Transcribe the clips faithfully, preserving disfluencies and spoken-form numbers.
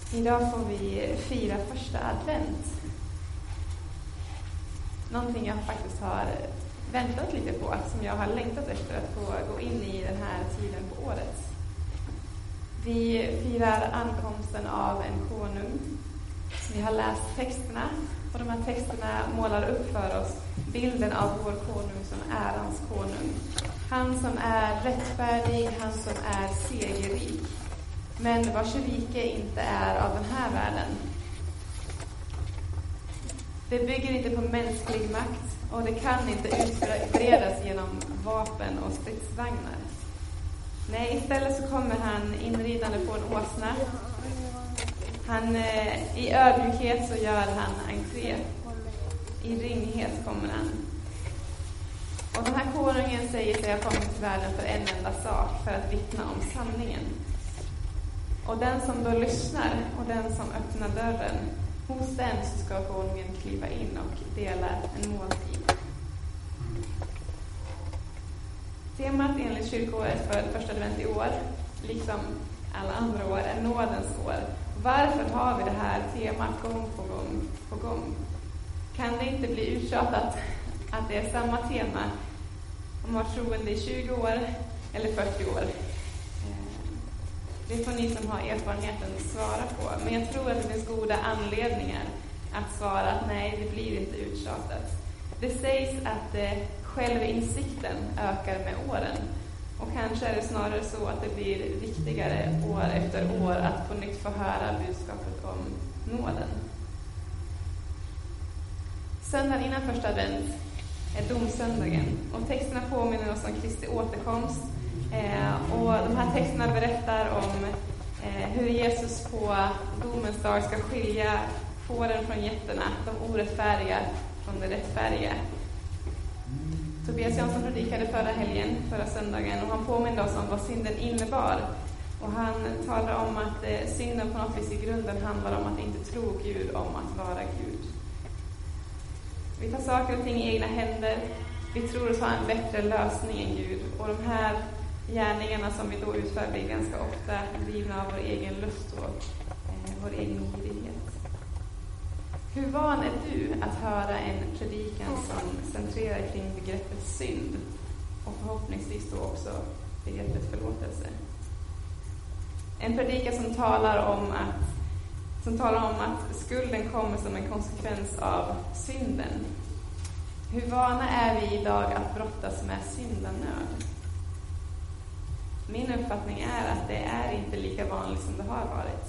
Idag får vi fira första advent. Någonting jag faktiskt har väntat lite på, som jag har längtat efter att få gå in i den här tiden på året. Vi firar ankomsten av en konung. Vi har läst texterna, och de här texterna målar upp för oss bilden av vår konung som ärans konung. Han som är rättfärdig, han som är segerrik, men vars rike inte är av den här världen. Det bygger inte på mänsklig makt, och det kan inte utbredas genom vapen och stridsvagnar. Nej, istället så kommer han inridande på en åsna. Han, eh, i ödmjukhet så gör han entré. I ringhet kommer han. Och den här konungen säger sig ha kommit till världen för en enda sak, för att vittna om sanningen. Och den som då lyssnar och den som öppnar dörren, hos den så ska konungen kliva in och dela en måltid. Temat enligt kyrkoåret för första advent i år, liksom alla andra år, är nådens år. Varför har vi det här temat gång på gång på gång? Kan det inte bli uttjatat att det är samma tema om man har troende i tjugo år eller fyrtio år? Det får ni som har erfarenheten svara på. Men jag tror att det finns goda anledningar att svara att nej, det blir inte uttjatat. Det sägs att eh, självinsikten ökar med åren. Och kanske är det snarare så att det blir viktigare år efter år att på nytt få höra budskapet om nåden. Söndagen innan första advent är domsöndagen. Och texterna påminner oss om Kristi återkomst. Eh, och de här texterna berättar om eh, hur Jesus på domens dag ska skilja fåren från getterna, de orättfärdiga från det rättfärdiga. Tobias Jansson predikade förra helgen, förra söndagen, och han påminner oss om vad synden innebar. Och han talar om att eh, synden på något vis i grunden handlar om att inte tro Gud om att vara Gud. Vi tar saker och ting i egna händer. Vi tror oss ha en bättre lösning än Gud. Och de här gärningarna som vi då utför blir ganska ofta drivna av vår egen lust och eh, vår egen girighet. Hur van är du att höra en predikan som centrerar kring begreppet synd och förhoppningsvis då också begreppet förlåtelse? En predikan som talar om att som talar om att skulden kommer som en konsekvens av synden. Hur vana är vi idag att brottas med syndanöd? Min uppfattning är att det är inte lika vanligt som det har varit.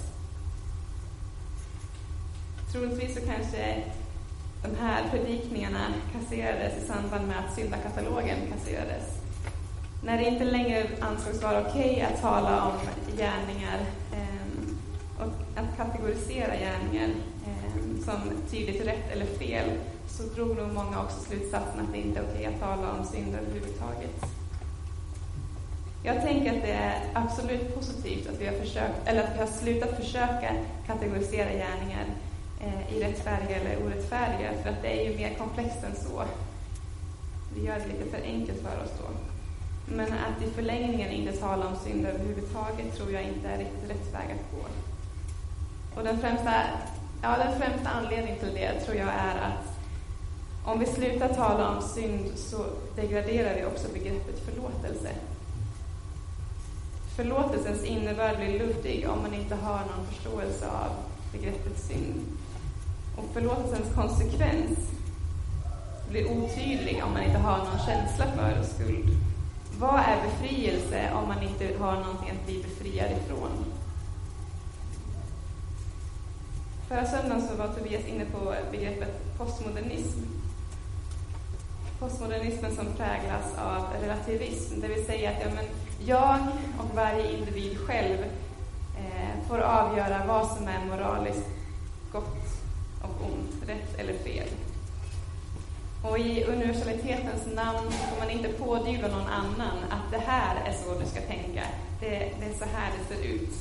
Troligtvis så kanske de här predikningarna kasserades i samband med att syndakatalogen kasserades. När det inte längre ansågs vara okej okay att tala om gärningar eh, och att kategorisera gärningar eh, som tydligt rätt eller fel, så drog nog många också slutsatsen att det inte är okej okay att tala om synd överhuvudtaget. Jag tänker att det är absolut positivt att vi har försökt, eller att vi har slutat försöka kategorisera gärningar eh, i rättfärdiga eller orättfärdiga, för att det är ju mer komplext än så. Vi gör det lite för enkelt för oss då. Men att i förlängningen inte tala om synd överhuvudtaget tror jag inte är riktigt rätt väg att gå. Och den främsta, ja, den främsta anledningen till det tror jag är att om vi slutar tala om synd så degraderar vi också begreppet förlåtelse. Förlåtelsens innebörd blir luddig om man inte har någon förståelse av begreppet synd. Och förlåtelsens konsekvens blir otydlig om man inte har någon känsla för skuld. Vad är befrielse om man inte har någonting att bli befriad ifrån? Förra söndagen så var Tobias inne på begreppet postmodernism. Postmodernismen som präglas av relativism, det vill säga att ja, men jag och varje individ själv eh, får avgöra vad som är moraliskt gott och ont, rätt eller fel. Och i universalitetens namn får man inte pådyvla någon annan att det här är så du ska tänka. Det, det är så här det ser ut.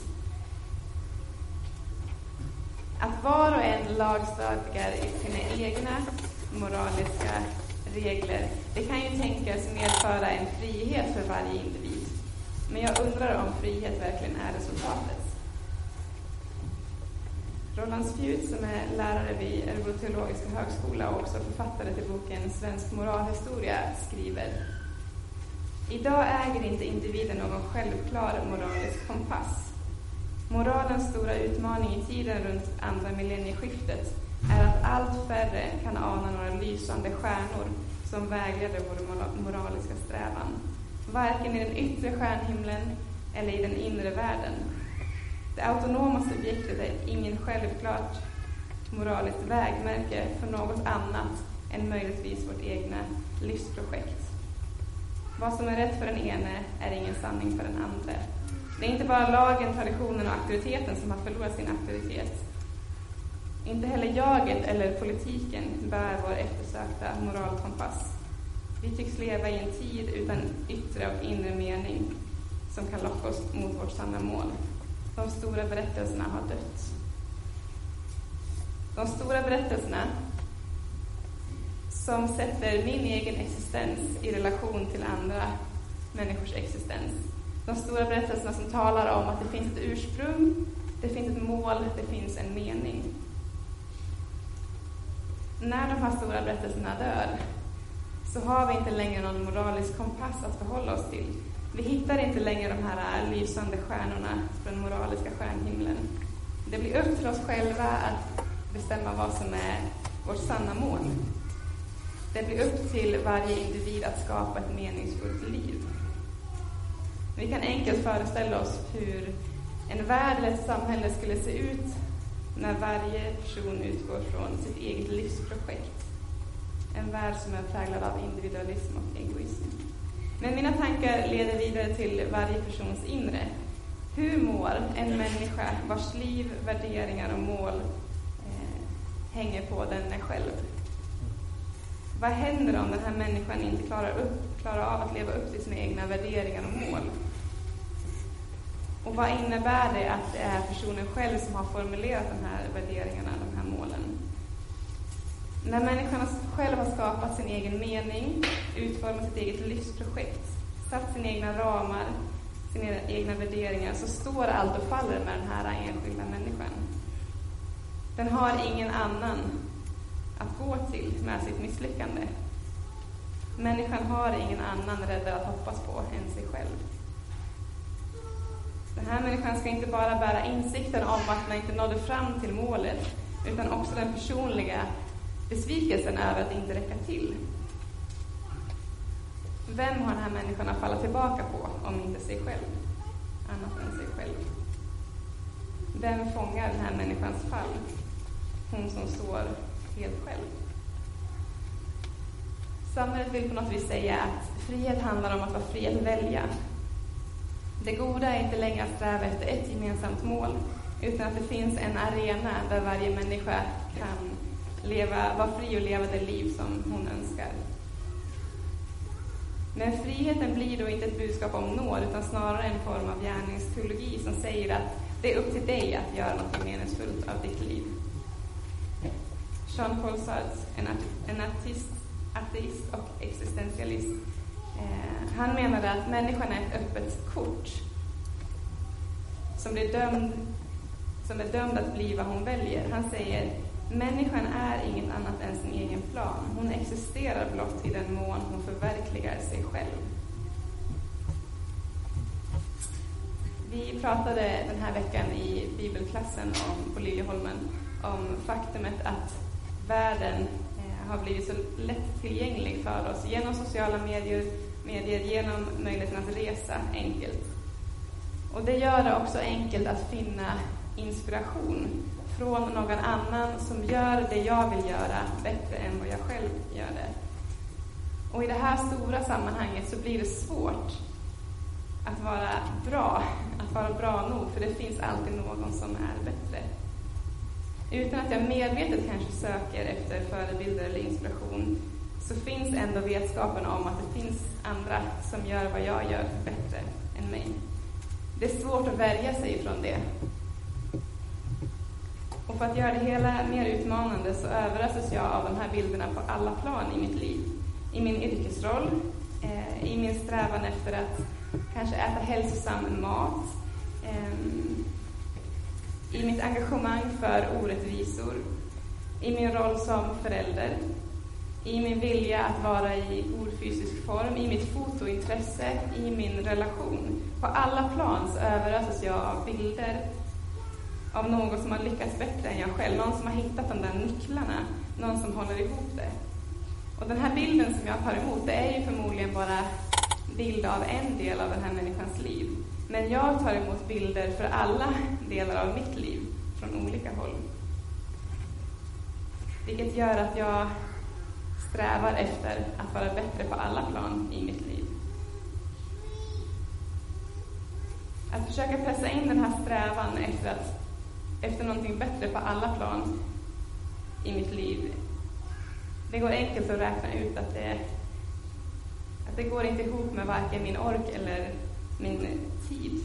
Att var och en lagstadgar i sina egna moraliska regler, det kan ju tänkas medföra en frihet för varje individ. Men jag undrar om frihet verkligen är resultatet. Roland Spjut, som är lärare vid Örebro teologiska högskola och också författare till boken Svensk moralhistoria, skriver: Idag äger inte individen någon självklar moralisk kompass. Moralens stora utmaning i tiden runt andra millennieskiftet är att allt färre kan ana några lysande stjärnor som vägleder vår moraliska strävan, varken i den yttre stjärnhimlen eller i den inre världen. Det autonoma subjektet är ingen självklart moraliskt vägmärke för något annat än möjligtvis vårt egna livsprojekt. Vad som är rätt för den ene är ingen sanning för den andra. Det är inte bara lagen, traditionen och auktoriteten som har förlorat sin auktoritet. Inte heller jaget eller politiken bär vår eftersökta moralkompass. Vi tycks leva i en tid utan yttre och inre mening som kan locka oss mot vårt sanna mål. De stora berättelserna har dött. De stora berättelserna som sätter min egen existens i relation till andra människors existens. De stora berättelserna som talar om att det finns ett ursprung, det finns ett mål, det finns en mening. När de här stora berättelserna dör så har vi inte längre någon moralisk kompass att förhålla oss till. Vi hittar inte längre de här lysande stjärnorna på den moraliska stjärnhimlen. Det blir upp till oss själva att bestämma vad som är vårt sanna mål. Det blir upp till varje individ att skapa ett meningsfullt liv. Vi kan enkelt föreställa oss hur en värld eller ett samhälle skulle se ut när varje person utgår från sitt eget livsprojekt. En värld som är präglad av individualism och egoism. Men mina tankar leder vidare till varje persons inre. Hur mår en människa vars liv, värderingar och mål eh, hänger på den själv? Vad händer om den här människan inte klarar, upp, klarar av att leva upp till sina egna värderingar och mål? Och vad innebär det att det är personen själv som har formulerat de här värderingarna, de här målen? När människan själv har skapat sin egen mening, utformat sitt eget livsprojekt, satt sina egna ramar, sina egna värderingar, så står allt och faller med den här enskilda människan. Den har ingen annan att gå till med sitt misslyckande. Människan har ingen annan räddare att hoppas på än sig själv. Den här människan ska inte bara bära insikten om att man inte nådde fram till målet, utan också den personliga besvikelsen över att inte räcka till. Vem har den här människan att falla tillbaka på om inte sig själv? Annat än sig själv. Vem fångar den här människans fall? Hon som står helt själv. Samhället vill på något vis säga att frihet handlar om att vara fri att välja. Det goda är inte längre att sträva efter ett gemensamt mål, utan att det finns en arena där varje människa kan leva, vara fri och leva det liv som hon önskar. Men friheten blir då inte ett budskap om nåd, utan snarare en form av gärningsteologi som säger att det är upp till dig att göra något meningsfullt av ditt liv. Jean-Paul Sartre, en, en artist, ateist och existentialist, eh, han menade att människan är ett öppet kort som är dömd, som är dömd att bli vad hon väljer. Han säger: människan är inget annat än sin egen plan. Hon existerar blott i den mån hon förverkligar sig själv. Vi pratade den här veckan i bibelklassen om, på Liljeholmen om faktumet att världen eh, har blivit så lättillgänglig för oss genom sociala medier, medier, genom möjligheten att resa enkelt. Och det gör det också enkelt att finna inspiration från någon annan som gör det jag vill göra bättre än vad jag själv gör det. Och i det här stora sammanhanget så blir det svårt att vara bra, att vara bra nog, för det finns alltid någon som är bättre. Utan att jag medvetet kanske söker efter förebilder eller inspiration, så finns ändå vetskapen om att det finns andra som gör vad jag gör bättre än mig. Det är svårt att värja sig från det. Och för att göra det hela mer utmanande så överraskas jag av de här bilderna på alla plan i mitt liv. I min yrkesroll, eh, i min strävan efter att kanske äta hälsosam mat, eh, i mitt engagemang för orättvisor, i min roll som förälder, i min vilja att vara i god fysisk form, i mitt fotointresse, i min relation. På alla plan så överöses jag av bilder av någon som har lyckats bättre än jag själv, någon som har hittat de där nycklarna, någon som håller ihop det. Och den här bilden som jag tar emot, det är ju förmodligen bara bild av en del av den här människans liv. Men jag tar emot bilder för alla delar av mitt liv från olika håll. Vilket gör att jag strävar efter att vara bättre på alla plan i mitt liv. Att försöka pressa in den här strävan efter, att, efter någonting bättre på alla plan i mitt liv, det går enkelt att räkna ut att det, att det går inte ihop med varken min ork eller min tid.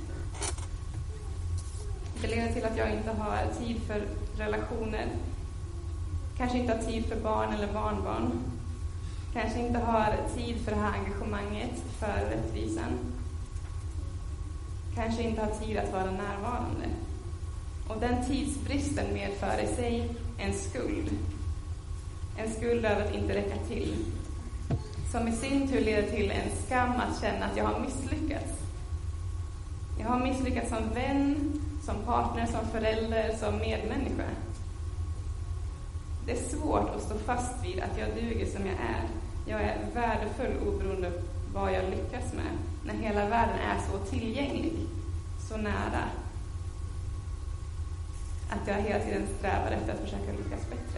Det leder till att jag inte har tid för relationer, kanske inte har tid för barn eller barnbarn, kanske inte har tid för det här engagemanget för rättvisan, kanske inte har tid att vara närvarande. Och den tidsbristen medför i sig en skuld. En skuld över att inte räcka till. Som i sin tur leder till en skam att känna att jag har misslyckats. Jag har misslyckats som vän, som partner, som förälder, som medmänniska. Det är svårt att stå fast vid att jag duger som jag är. Jag är värdefull oberoende vad jag lyckas med. När hela världen är så tillgänglig, så nära. Att jag hela tiden strävar efter att försöka lyckas bättre.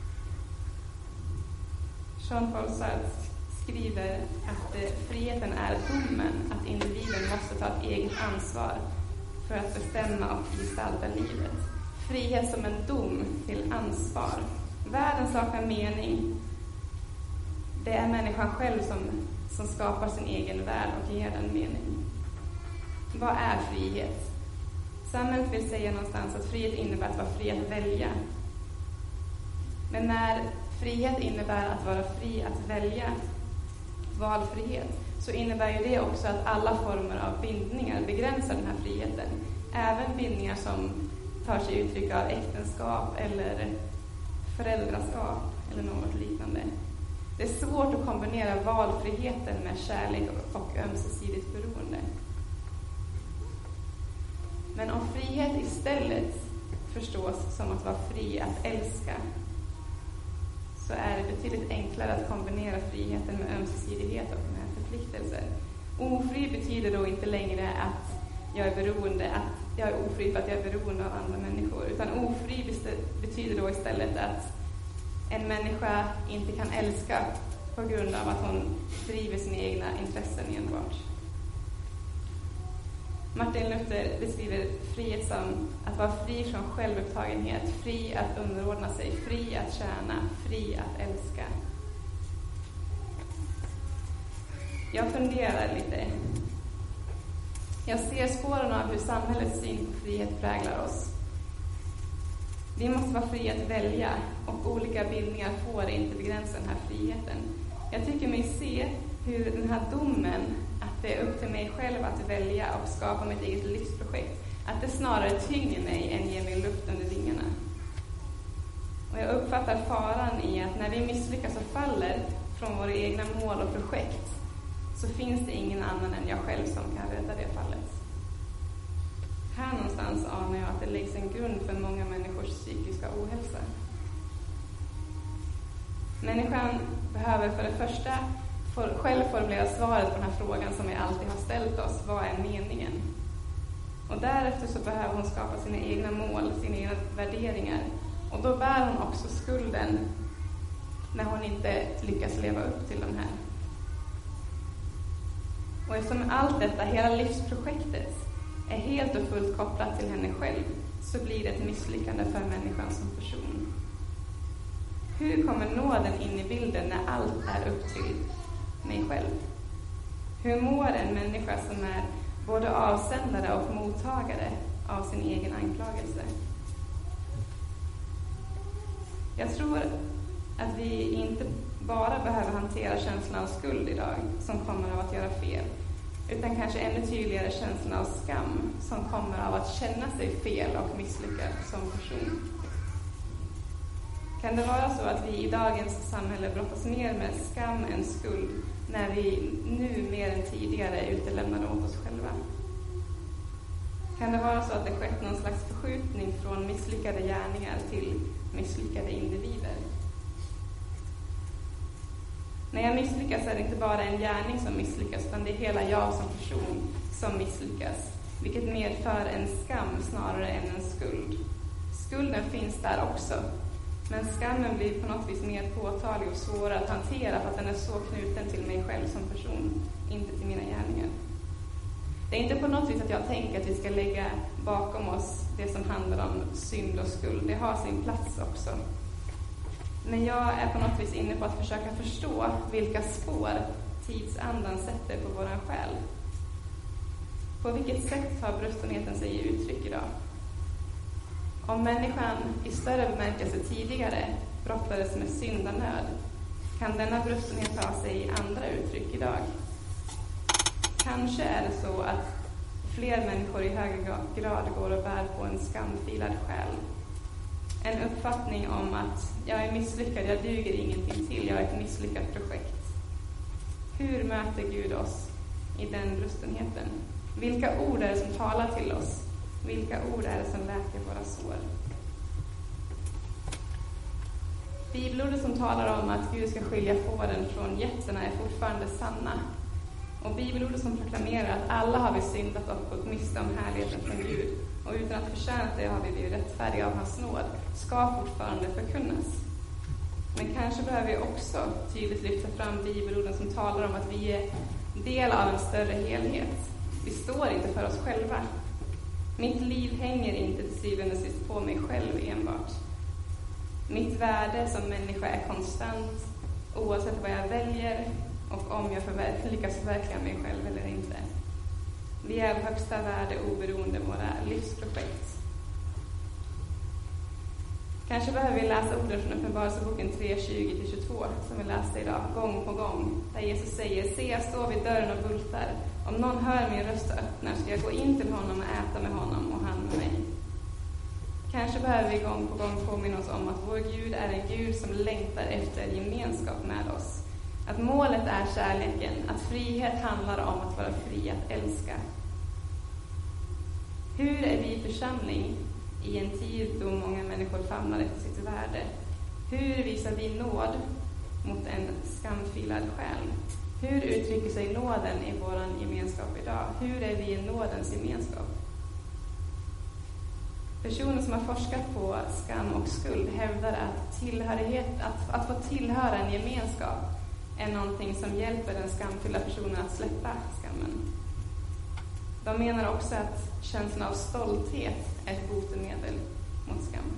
Jean-Paul Sartre skriver att friheten är domen, att individen måste ta ett eget ansvar för att bestämma och gestalta livet. Frihet som en dom till ansvar. Världen saknar mening. Det är människan själv som, som skapar sin egen värld och ger den mening. Vad är frihet? Samhället vill säga någonstans att frihet innebär att vara fri att välja. Men när frihet innebär att vara fri att välja, valfrihet, så innebär ju det också att alla former av bindningar begränsar den här friheten. Även bindningar som tar sig uttryck av äktenskap eller föräldraskap eller något liknande. Det är svårt att kombinera valfriheten med kärlek och ömsesidigt beroende. Men om frihet istället förstås som att vara fri att älska, så är det betydligt enklare att kombinera friheten med ömsesidighet och med förpliktelser. Ofri betyder då inte längre att jag är beroende, att jag är ofri för att jag är beroende av andra människor, utan ofri betyder då istället att en människa inte kan älska på grund av att hon driver sina egna intressen enbart. Martin Luther beskriver frihet som att vara fri från självupptagenhet, fri att underordna sig, fri att tjäna, fri att älska. Jag funderar lite. Jag ser spåren av hur samhällets syn på frihet präglar oss. Vi måste vara fria att välja, och olika bildningar får inte begränsa den här friheten. Jag tycker mig se hur den här domen, att det är upp till mig själv att välja och skapa mitt eget livsprojekt, att det snarare tynger mig än ger mig luft under vingarna. Och jag uppfattar faran i att när vi misslyckas och faller från våra egna mål och projekt, så finns det ingen annan än jag själv som kan rädda det fallet. Här någonstans anar jag att det läggs en grund för många människors psykiska ohälsa. Människan behöver för det första for, själv formulera svaret på den här frågan som vi alltid har ställt oss. Vad är meningen? Och därefter så behöver hon skapa sina egna mål, sina egna värderingar. Och då bär hon också skulden när hon inte lyckas leva upp till de här. Och eftersom allt detta, hela livsprojektet, är helt och fullt kopplat till henne själv, så blir det ett misslyckande för människan som person. Hur kommer nåden in i bilden när allt är upp till mig själv? Hur mår en människa som är både avsändare och mottagare av sin egen anklagelse? Jag tror att vi inte bara behöver hantera känslan av skuld idag, som kommer av att göra fel, utan kanske ännu tydligare känslan av skam som kommer av att känna sig fel och misslyckad som person. Kan det vara så att vi i dagens samhälle brottas mer med skam än skuld när vi nu mer än tidigare är utelämnade åt oss själva? Kan det vara så att det skett någon slags förskjutning från misslyckade gärningar till misslyckade individer? När jag misslyckas är det inte bara en gärning som misslyckas, utan det är hela jag som person som misslyckas, vilket medför en skam snarare än en skuld. Skulden finns där också, men skammen blir på något vis mer påtaglig och svårare att hantera för att den är så knuten till mig själv som person, inte till mina gärningar. Det är inte på något vis att jag tänker att vi ska lägga bakom oss det som handlar om synd och skuld. Det har sin plats också. Men jag är på något vis inne på att försöka förstå vilka spår tidsandan sätter på våran själ. På vilket sätt tar brustenheten sig i uttryck idag? Om människan i större bemärkelse tidigare brottades med syndanöd, kan denna brustenhet ta sig i andra uttryck idag? Kanske är det så att fler människor i högre grad går och bär på en skamfilad själ. En uppfattning om att jag är misslyckad, jag duger ingenting till, jag är ett misslyckat projekt. Hur möter Gud oss i den brustenheten? Vilka ord är det som talar till oss? Vilka ord är det som läker våra sår? Bibelordet som talar om att Gud ska skilja fåren från getterna är fortfarande sanna. Och bibelordet som proklamerar att alla har vi syndat och gått miste om härligheten från Gud, och utan att förtjäna det har vi blivit rättfärdiga av hans nåd, ska fortfarande förkunnas. Men kanske behöver vi också tydligt lyfta fram bibelorden som talar om att vi är del av en större helhet. Vi står inte för oss själva. Mitt liv hänger inte till syvende och sist på mig själv enbart. Mitt värde som människa är konstant, oavsett vad jag väljer och om jag förver- lyckas förverkliga mig själv eller inte. Vi är av högsta värde oberoende av våra livsprojekt. Kanske behöver vi läsa orden från Uppenbarelseboken tre tjugo till tjugotvå som vi läste idag, gång på gång. Där Jesus säger: se, jag står vid dörren och bultar. Om någon hör min röst och öppnar ska jag gå in till honom och äta med honom och han med mig. Kanske behöver vi gång på gång påminna oss om att vår Gud är en Gud som längtar efter gemenskap med oss. Att målet är kärleken, att frihet handlar om att vara fri att älska. Hur är vi församling i en tid då många människor famlar efter sitt värde? Hur visar vi nåd mot en skamfilad själ? Hur uttrycker sig nåden i vår gemenskap idag? Hur är vi i nådens gemenskap? Personer som har forskat på skam och skuld hävdar att, tillhörighet, att, att få tillhöra en gemenskap är någonting som hjälper den skamfyllda personen att släppa skammen. De menar också att känslan av stolthet är ett botemedel mot skam.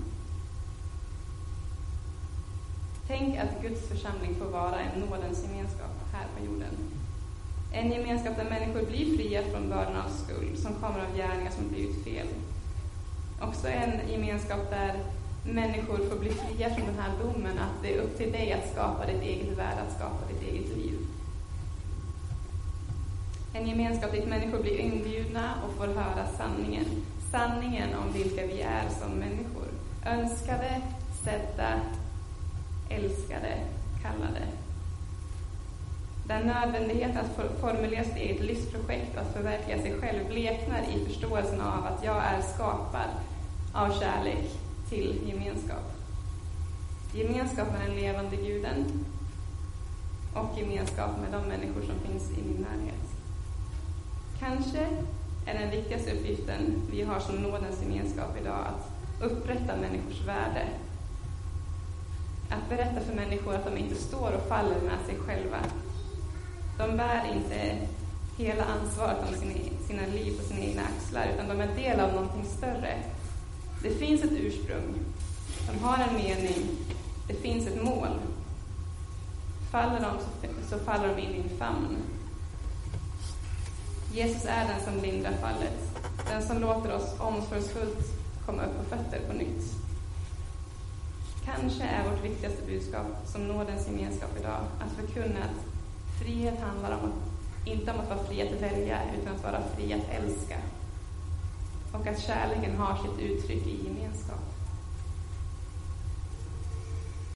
Tänk att Guds församling får vara en nådens gemenskap här på jorden. En gemenskap där människor blir fria från bördan av skuld som kommer av gärningar som blivit fel. Också en gemenskap där människor får bli fria från den här domen att det är upp till dig att skapa ditt eget värde, att skapa ditt eget liv. En gemenskap dit människor blir inbjudna och får höra sanningen. Sanningen om vilka vi är som människor. Önskade, sedda, älskade, kallade. Där nödvändigheten att formulera sitt eget livsprojekt och att förverkliga sig själv bleknar i förståelsen av att jag är skapad av kärlek till gemenskap. Gemenskap med den levande Guden och gemenskap med de människor som finns i min närhet. Kanske är den viktigaste uppgiften vi har som nådens gemenskap idag att upprätta människors värde. Att berätta för människor att de inte står och faller med sig själva. De bär inte hela ansvaret om sina, sina liv på sina egna axlar, utan de är del av någonting större. Det finns ett ursprung. De har en mening. Det finns ett mål. Faller de så, så faller de in i en famn. Jesus är den som lindrar fallet. Den som låter oss omsorgsfullt komma upp på fötter på nytt. Kanske är vårt viktigaste budskap som nådens gemenskap idag att förkunna att frihet handlar om att inte om att vara fri att välja, utan att vara fri att älska. Och att kärleken har sitt uttryck i gemenskap.